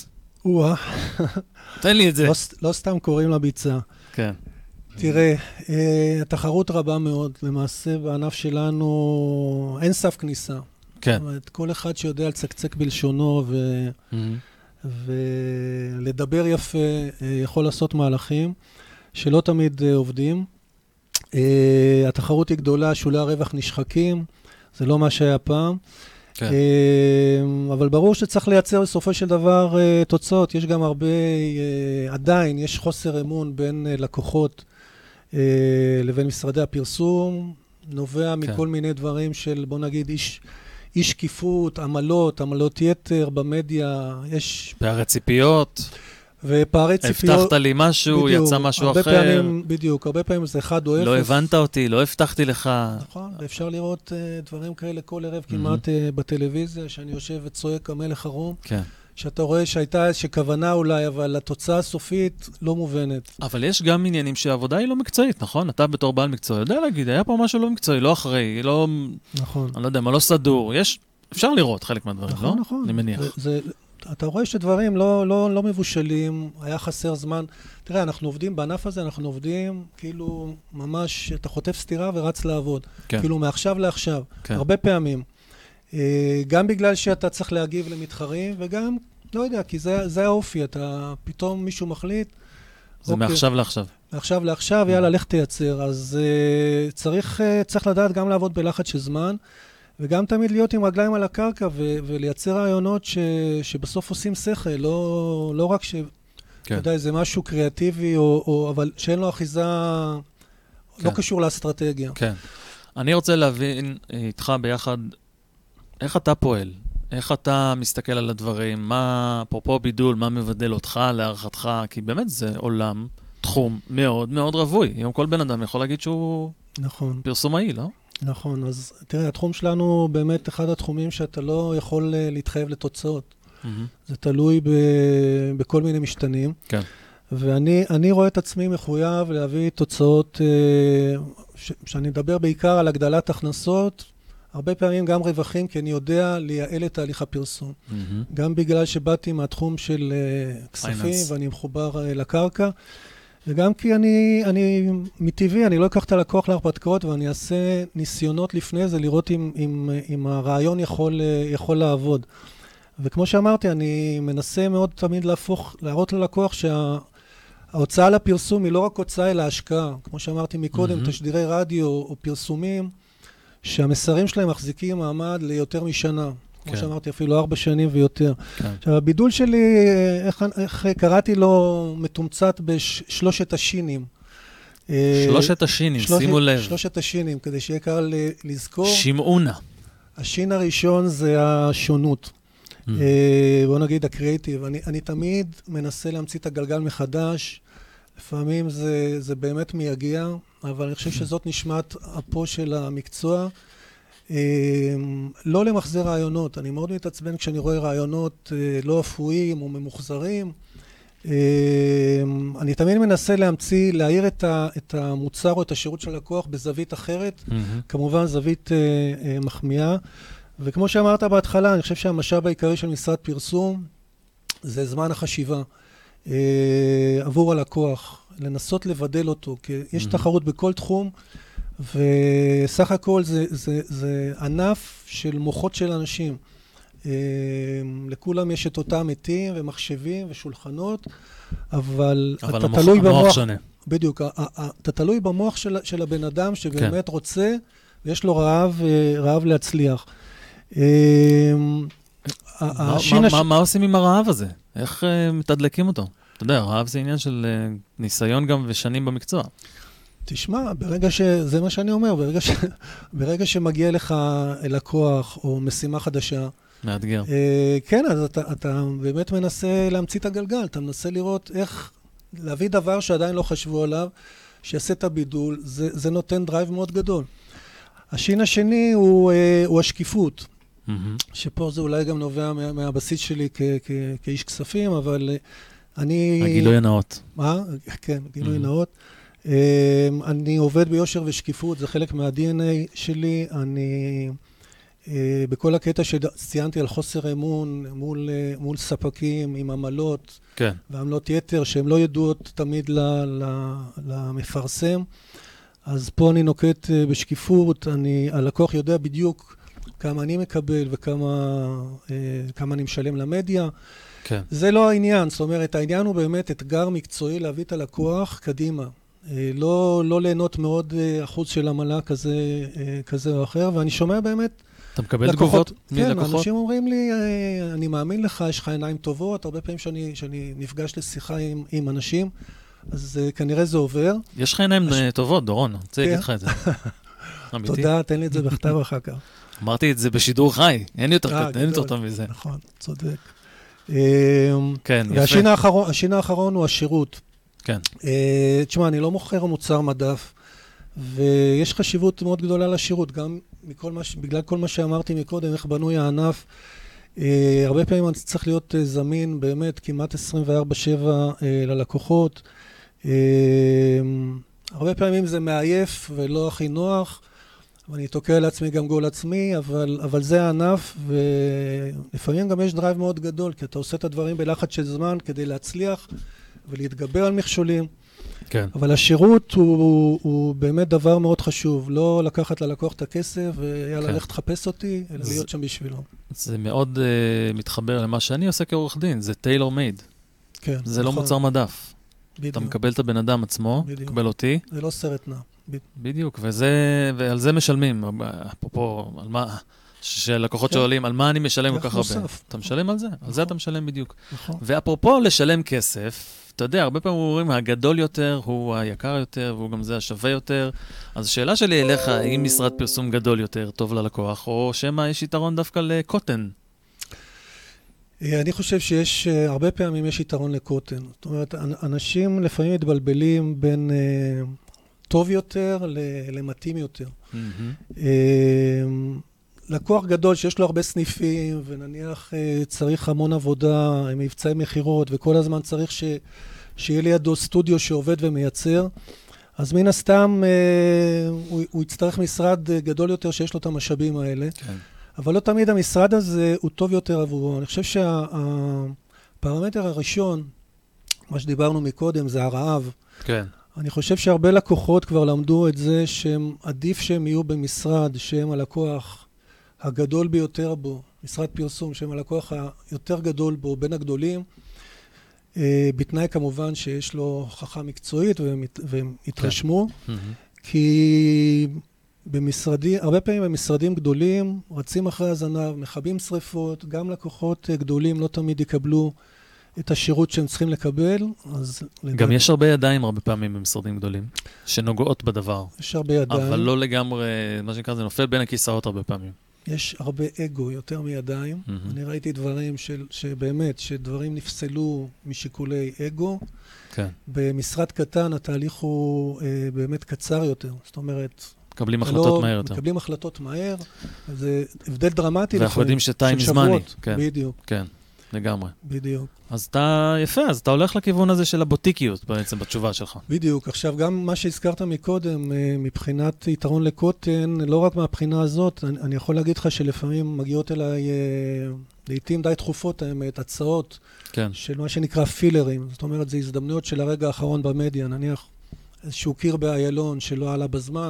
תן לי את זה. לא סתם קוראים לה ביצה. כן. תראה, התחרות רבה מאוד. למעשה, בענף שלנו אין סף כניסה. כן. זאת אומרת, כל אחד שיודע לצקצק בלשונו ולדבר יפה, יכול לעשות מהלכים שלא תמיד עובדים. התחרות היא גדולה, שולי הרווח נשחקים. זה לא מה שהיה פעם. כן. אבל ברור שצריך לייצר בסופו של דבר תוצאות. יש גם הרבה, עדיין יש חוסר אמון בין לקוחות לבין משרדי הפרסום, נובע מכל מיני דברים של, בוא נגיד, אי שקיפות, עמלות יתר במדיה, יש... פערי ציפיות. ופערי ציפיות... הבטחת לי משהו, בדיוק, יצא משהו אחר. בדיוק, הרבה פעמים זה 1 או 0. לא הבנת אותי, לא הבטחתי לך. נכון, ואפשר לראות דברים כאלה כל ערב כמעט בטלוויזיה, שאני יושב וצועק המלך ערום. כן. שאתה רואה שהייתה איזושהי כוונה אולי, אבל התוצאה הסופית לא מובנת. אבל יש גם עניינים שהעבודה היא לא מקצועית, נכון? אתה בתור בעל מקצועי, יודע להגיד, היה פה משהו לא מקצועי, לא אחראי, לא... נכון. אני לא יודע, מה לא סדור. אפשר לראות חלק מהדברים, לא? נכון. אני מניח. אתה רואה שדברים לא מבושלים, היה חסר זמן. תראה, אנחנו עובדים בענף הזה, אנחנו עובדים כאילו ממש, אתה חוטף סתירה ורץ לעבוד. כן. כאילו מעכשיו לעכשיו. כן. הרבה פעמים. גם בגלל שאתה צריך להגיב למתחרים, וגם, לא יודע, כי זה האופי, אתה פתאום מישהו מחליט. זה מעכשיו לעכשיו. מעכשיו לעכשיו, יאללה, לך תייצר. אז צריך לדעת גם לעבוד בלחץ של זמן, וגם תמיד להיות עם רגליים על הקרקע, ולייצר רעיונות שבסוף עושים שכל, לא רק ש... אתה יודע, זה משהו קריאטיבי, אבל שאין לו אחיזה, לא קשור לאסטרטגיה. כן. אני רוצה להבין איתך ביחד, איך אתה פועל? איך אתה מסתכל על הדברים? מה, אפרופו בידול, מה מבדל אותך להערכתך? כי באמת זה עולם, תחום מאוד מאוד רווי. היום כל בן אדם יכול להגיד שהוא פרסומאי, לא? נכון, אז תראה, התחום שלנו באמת אחד התחומים שאתה לא יכול להתחייב לתוצאות. זה תלוי בכל מיני משתנים. כן. ואני רואה את עצמי מחויב להביא תוצאות, שאני מדבר בעיקר על הגדלת הכנסות, הרבה פעמים גם רווחים, כי אני יודע לייעל את תהליך הפרסום. גם בגלל שבאתי מהתחום של כספים, ואני מחובר לקרקע, וגם כי אני מטבעי, אני לא אקח את הלקוח להרפתקאות, ואני אעשה ניסיונות לפני זה, לראות אם הרעיון יכול לעבוד. וכמו שאמרתי, אני מנסה מאוד תמיד להראות ללקוח ההוצאה לפרסום היא לא רק הוצאה אלא השקעה. כמו שאמרתי מקודם, תשדירי רדיו או פרסומים, שהמסרים שלהם מחזיקים מעמד ליותר משנה. כמו שאמרתי, אפילו 4 שנים ויותר. עכשיו, הבידול שלי, איך קראתי לו מתומצת בשלושת השינים. שלושת השינים, שימו לב. שלושת השינים, כדי שיהיה קל לזכור. שמעונה. השין הראשון זה השונות. בוא נגיד הקריאיטיב. אני תמיד מנסה להמציא את הגלגל מחדש. לפעמים זה באמת מייגע, אבל אני חושב שזאת נשמת אפו של המקצוע. לא למחזר רעיונות. אני מאוד מתעצבן כשאני רואה רעיונות לא אפויים או ממוחזרים. אני תמיד מנסה להעיר את המוצר או את השירות של לקוח בזווית אחרת, כמובן זווית מחמיאה. וכמו שאמרת בהתחלה, אני חושב שהמשאב העיקרי של משרד פרסום זה זמן החשיבה עבור הלקוח, לנסות לבדל אותו, כי יש תחרות בכל תחום, וסך הכל זה ענף של מוחות של אנשים. לכולם יש את אותם עטים ומחשבים ושולחנות, אבל אתה תלוי במוח שונה. בדיוק, אתה תלוי במוח של הבן אדם שבאמת רוצה, ויש לו רעב להצליח. מה עושים עם הרעב הזה? איך מתדלקים אותו? אתה יודע, הרעב זה עניין של ניסיון גם ושנים במקצוע. תשמע, זה מה שאני אומר, ברגע שמגיע לך לקוח או משימה חדשה, מאתגר. כן, אז אתה באמת מנסה להמציא את הגלגל, אתה מנסה לראות איך להביא דבר שעדיין לא חשבו עליו, שיעשה את הבידול, זה נותן דרייב מאוד גדול. השין השני הוא השקיפות, שפה זה אולי גם נובע מהבסיס שלי כאיש כספים, אבל אני... הגילוי הנאות. מה? כן, גילוי נאות. אני עובד ביושר ושקיפות, זה חלק מה-DNA שלי. אני, בכל הקטע שציינתי על חוסר אמון מול ספקים עם עמלות, כן. ועמלות יתר, שהן לא ידועות תמיד למפרסם, אז פה אני נוקט בשקיפות, הלקוח יודע בדיוק כמה אני מקבל וכמה אני משלם למדיה. כן. זה לא העניין, זאת אומרת, העניין הוא באמת אתגר מקצועי להביא את הלקוח קדימה. לא ליהנות מאוד אחוז של עמלה כזה או אחר, ואני שומע באמת... אתה מקבל תגובות מלקוחות? כן, אנשים אומרים לי, אני מאמין לך, יש לך עיניים טובות, הרבה פעמים שאני נפגש לשיחה עם אנשים, אז כנראה זה עובר. יש לך עיניים טובות, דורון, אני רוצה להגיד לך את זה. תודה, תן לי את זה בכתב אחר כך. אמרתי את זה בשידור חי, אין יותר טוב מזה. נכון, צודק. כן, יפה. והשין האחרון הוא השירות. כן. תשמע, אני לא מוכר מוצר מדף, ויש חשיבות מאוד גדולה לשירות, גם בגלל כל מה שאמרתי מקודם, איך בנוי הענף. הרבה פעמים אני צריך להיות זמין באמת כמעט 24/7 ללקוחות. הרבה פעמים זה מעייף ולא הכי נוח, ואני תוקע לעצמי גם גול עצמי, אבל זה הענף, ולפעמים גם יש דרייב מאוד גדול, כי אתה עושה את הדברים בלחץ של זמן כדי להצליח ולהתגבר על מכשולים. כן. אבל השירות הוא באמת דבר מאוד חשוב, לא לקחת ללקוח את הכסף ויאללה, לך תחפש אותי, אלא להיות שם בשבילו. זה מאוד מתחבר למה שאני עושה כעורך דין, זה טיילור מייד. כן. זה לא מוצר מדף. אתה מקבל את הבן אדם עצמו, מקבל אותי. זה לא סרט נע. בדיוק, ועל זה משלמים. אפרופו, על מה... שלקוחות שואלים, על מה אני משלם כל כך הרבה? אתה משלם על זה? על זה אתה משלם בדיוק. ואפרופו לשלם כסף, אתה יודע, הרבה פעמים אומרים, הגדול יותר הוא היקר יותר, והוא גם זה השווה יותר. אז השאלה שלי אליך, האם משרד פרסום גדול יותר טוב ללקוח, או שמא יש יתרון דווקא לקוטן? אני חושב שיש, הרבה פעמים יש יתרון לקוטן. זאת אומרת, אנשים לפעמים מתבלבלים בין טוב יותר למתאים יותר. לקוח גדול שיש לו הרבה סניפים, ונניח צריך המון עבודה, מבצעי מחירות, וכל הזמן צריך שיהיה לידו סטודיו שעובד ומייצר, אז מן הסתם הוא יצטרך משרד גדול יותר שיש לו את המשאבים האלה. כן. אבל לא תמיד המשרד הזה הוא טוב יותר עבורו. אני חושב שהפרמטר הראשון, מה שדיברנו מקודם, זה הרעב. כן. אני חושב שהרבה לקוחות כבר למדו את זה שהם עדיף שהם יהיו במשרד שהם הלקוח הגדול ביותר בו, משרד פרסום שהם הלקוח היותר גדול בו, בין הגדולים, בתנאי כמובן שיש לו הוכחה מקצועית והם יתרשמו, כי הרבה פעמים במשרדים גדולים רצים אחרי הזנב, מכבים שריפות, גם לקוחות גדולים לא תמיד יקבלו את השירות שהם צריכים לקבל. גם יש הרבה ידיים הרבה פעמים במשרדים גדולים, שנוגעות בדבר. יש הרבה ידיים. אבל לא לגמרי, מה שנקרא, זה נופל בין הכיסאות הרבה פעמים. יש הרבה אגו, יותר מידיים. אני ראיתי דברים שבאמת, שדברים נפסלו משיקולי אגו. כן. במשרד קטן התהליך הוא באמת קצר יותר. זאת אומרת, מקבלים החלטות מהר יותר. מקבלים החלטות מהר, זה הבדל דרמטי. ואנחנו יודעים שטיים זמני. בדיוק. כן, לגמרי. בדיוק. אז אתה יפה, אז אתה הולך לכיוון הזה של הבוטיקיות בעצם בתשובה שלך. בדיוק. עכשיו, גם מה שהזכרת מקודם, מבחינת יתרון לקוטן, לא רק מהבחינה הזאת, אני יכול להגיד לך שלפעמים מגיעות אליי, לעתים די תכופות האמת, הצעות, כן. של מה שנקרא פילרים. זאת אומרת, זה הזדמנויות של הרגע האחרון במדיה, נניח איזשהו קיר באיילון שלא עלה בזמן,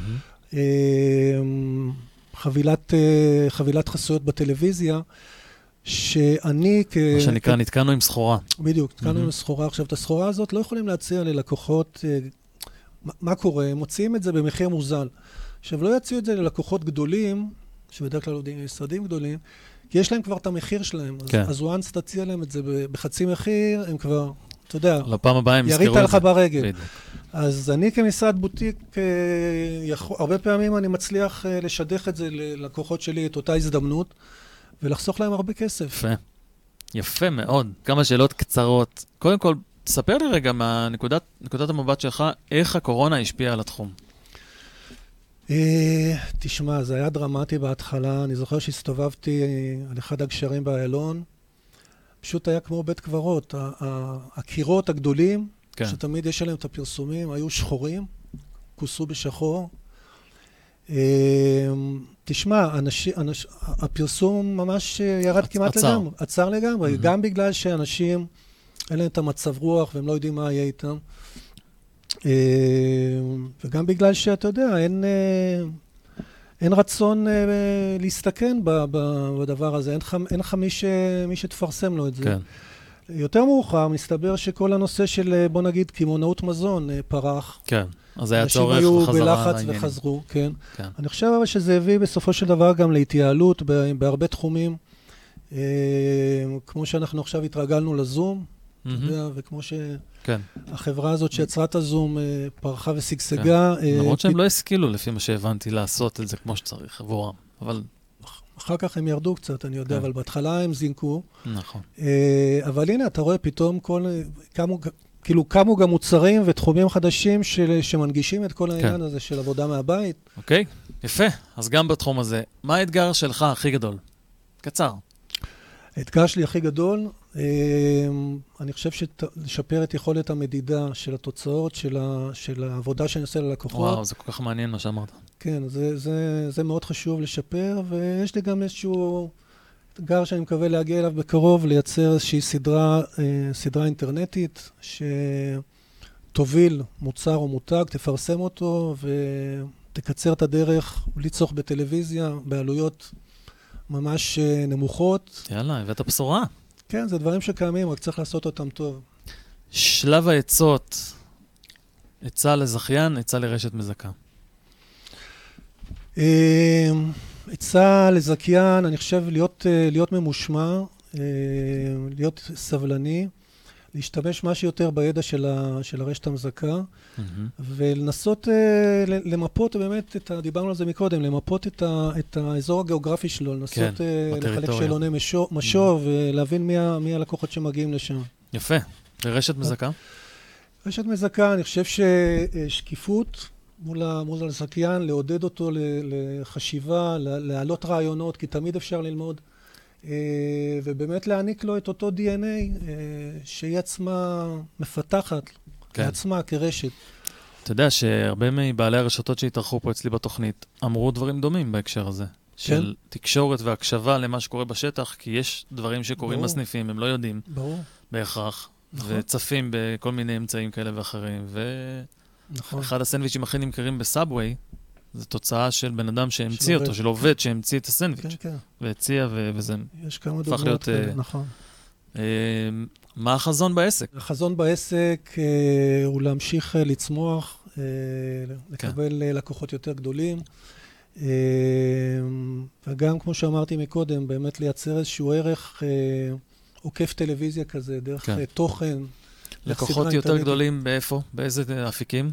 חבילת חסויות בטלוויזיה, שאני מה שנקרא, נתקענו עם סחורה. בדיוק, נתקענו עם סחורה. עכשיו, את הסחורה הזאת לא יכולים להציע ללקוחות, מה קורה? הם מוציאים את זה במחיר מוזל. עכשיו, לא יציעו את זה ללקוחות גדולים, שבדרך כלל עובדים במשרדים גדולים, כי יש להם כבר את המחיר שלהם. אז once תציע להם את זה בחצי מחיר, הם כבר, אתה יודע, לפעם הבאה הם יזכרו את זה. ירית לך ברגל. אז אני כמשרד בוטיק, הרבה פעמים אני מצליח לשדך את זה ללקוחות שלי, את אותה הזדמנות, ולחסוך להם הרבה כסף. יפה. יפה מאוד. כמה שאלות קצרות. קודם כל, תספר לי רגע מהנקודת המבט שלך, איך הקורונה השפיעה על התחום. תשמע, זה היה דרמטי בהתחלה. אני זוכר שהסתובבתי על אחד הגשרים באיילון. פשוט היה כמו בית קברות. הקירות הגדולים, כן. שתמיד יש עליהם את הפרסומים, היו שחורים, כוסו בשחור. תשמע, הפרסום ממש ירד כמעט לגמרי. עצר לגמרי. גם בגלל שאנשים, אין להם את המצב רוח והם לא יודעים מה יהיה איתם. וגם בגלל שאתה יודע, אין רצון להסתכן בדבר הזה. אין לך מי שתפרסם לו את זה. כן. יותר מאוחר, מסתבר שכל הנושא של, בוא נגיד, קמעונאות מזון פרח. כן. אז היה צורך וחזרה. אנשים היו בלחץ וחזרו, כן. אני חושב אבל שזה הביא בסופו של דבר גם להתייעלות בהרבה תחומים. כמו שאנחנו עכשיו התרגלנו לזום, אתה יודע, וכמו שהחברה הזאת שיצרה את הזום פרחה ושגשגה. למרות שהם לא השכילו, לפי מה שהבנתי, לעשות את זה כמו שצריך עבורם. אבל אחר כך הם ירדו קצת, אני יודע, אבל בהתחלה הם זינקו. נכון. אבל הנה, אתה רואה פתאום קמו גם מוצרים ותחומים חדשים שמנגישים את כל העניין הזה של עבודה מהבית. אוקיי, יפה. אז גם בתחום הזה, מה האתגר שלך הכי גדול? קצר. האתגר שלי הכי גדול, אני חושב לשפר את יכולת המדידה של התוצאות, של העבודה שאני עושה ללקוחות. וואו, זה כל כך מעניין מה שאמרת. כן, זה מאוד חשוב לשפר, ויש לי גם איזשהו אתגר שאני מקווה להגיע אליו בקרוב, לייצר איזושהי סדרה אינטרנטית, שתוביל מוצר או מותג, תפרסם אותו, ותקצר את הדרך, בלי צורך בטלוויזיה, בעלויות ממש נמוכות. יאללה, הבאת בשורה. כן, זה דברים שקיימים, רק צריך לעשות אותם טוב. שלב העצות, עצה לזכיין, עצה לרשת מזכה. עצה לזכיין, אני חושב להיות ממושמע, להיות סבלני, להשתמש משהו יותר בידע של הרשת המזכה, ולנסות למפות באמת, דיברנו על זה מקודם, למפות את האזור הגיאוגרפי שלו, לנסות לחלק שאלוני משוב, ולהבין מי הלקוחות שמגיעים לשם. יפה. לרשת מזכה? רשת מזכה, אני חושב ששקיפות מול הזכיין, לעודד אותו לחשיבה, להעלות רעיונות, כי תמיד אפשר ללמוד, ובאמת להעניק לו את אותו DNA שהיא עצמה מפתחת, לעצמה כרשת. אתה יודע שהרבה מבעלי הרשתות שהתארחו פה אצלי בתוכנית אמרו דברים דומים בהקשר הזה. של תקשורת והקשבה למה שקורה בשטח, כי יש דברים שקורים בסניפים, הם לא יודעים בהכרח, וצפים בכל מיני אמצעים כאלה ואחרים, ואחד הסנדוויצ'ים הכי נמכרים בסאבווי, זו תוצאה של בן אדם שהמציא אותו, של עובד שהמציא את הסנדוויץ', והציע, וזה יש כמה דוגמאות כאלה, נכון. מה החזון בעסק? החזון בעסק הוא להמשיך לצמוח, לקבל לקוחות יותר גדולים, וגם, כמו שאמרתי מקודם, באמת לייצר איזשהו ערך עוקף טלוויזיה כזה, דרך תוכן. לקוחות יותר גדולים באיפה? באיזה אפיקים?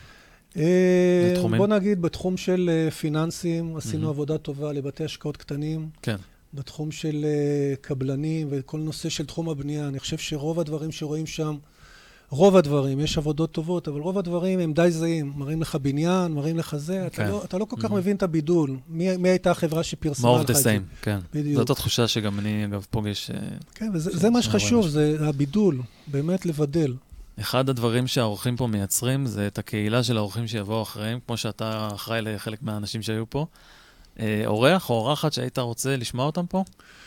בוא נגיד, בתחום של פיננסים, עשינו עבודה טובה לבתי השקעות קטנים. כן. בתחום של קבלנים וכל נושא של תחום הבנייה. אני חושב שרוב הדברים שרואים שם, רוב הדברים, יש עבודות טובות, אבל רוב הדברים הם די זהים. מראים לך בניין, מראים לך זה, אתה לא כל כך מבין את הבידול. מי הייתה החברה שפרסמה לך את זה? more of the same, כן. בדיוק. זאת התחושה שגם אני, אגב, פוגש. כן, וזה מה שחשוב, זה הבידול, באמת לבדל. אחד הדברים שהאורחים פה מייצרים, זה את הקהילה של האורחים שיבואו אחריהם, כמו שאתה אחראי לחלק מהאנשים שהיו פה. אורח או אורחת שהיית רוצה לשמוע אותם פה?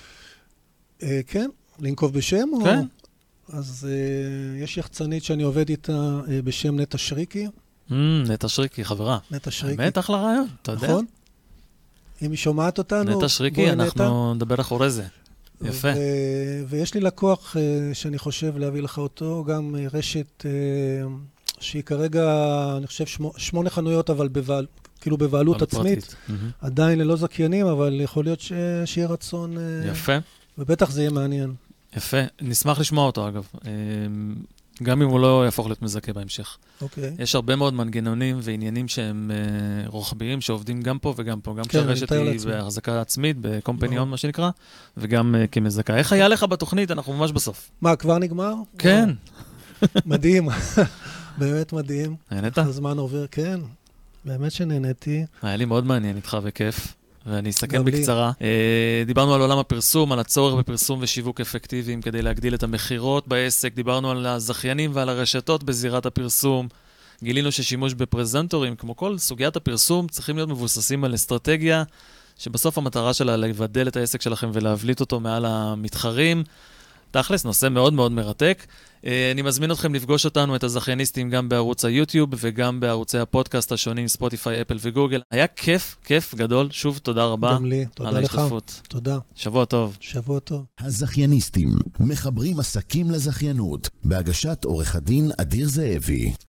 כן, לנקוב בשם? כן. אז יש יחצנית שאני עובד איתה בשם נטע שריקי. נטע שריקי, חברה. נטע שריקי. באמת, אחלה רעיון, אתה יודע. נכון. אם היא שומעת אותנו, נטע שריקי, אנחנו נדבר אחורי זה. יפה. ויש לי לקוח שאני חושב להביא לך אותו, גם רשת שהיא כרגע, אני חושב, 8 חנויות, אבל כאילו בבעלות עצמית. עדיין ללא זכיינים, אבל יכול להיות שיהיה רצון. יפה. ובטח זה יהיה מעניין. יפה. נשמח לשמוע אותו, אגב. גם אם הוא לא יהפוך להיות מזכה בהמשך. אוקיי. יש הרבה מאוד מנגנונים ועניינים שהם רוחביים, שעובדים גם פה וגם פה. גם כשהרשת היא בהחזקה עצמית, בקומפניון, מה שנקרא, וגם כמזכה. איך היה לך בתוכנית? אנחנו ממש בסוף. מה, כבר נגמר? כן. מדהים. באמת מדהים. נהנית? הזמן עובר, כן. באמת שנהניתי. היה לי מאוד מעניין איתך וכיף. ואני אסתכל בקצרה. דיברנו על עולם הפרסום, על הצורך בפרסום ושיווק אפקטיביים כדי להגדיל את המחירות בעסק. דיברנו על הזכיינים ועל הרשתות בזירת הפרסום. גילינו ששימוש בפרזנטורים, כמו כל סוגיית הפרסום, צריכים להיות מבוססים על אסטרטגיה, שבסוף המטרה שלה לבדל את העסק שלכם ולהבליט אותו מעל המתחרים. תכלס, נושא מאוד מאוד מרתק. אני מזמין אתכם לפגוש אותנו, את הזכייניסטים, גם בערוץ היוטיוב וגם בערוצי הפודקאסט השונים, ספוטיפיי, אפל וגוגל. היה כיף גדול. שוב, תודה רבה. גם לי, תודה לך. תודה. שבוע טוב. שבוע טוב. הזכייניסטים, מחברים עסקים לזכיינות, בהגשת עורך הדין אדיר זאבי.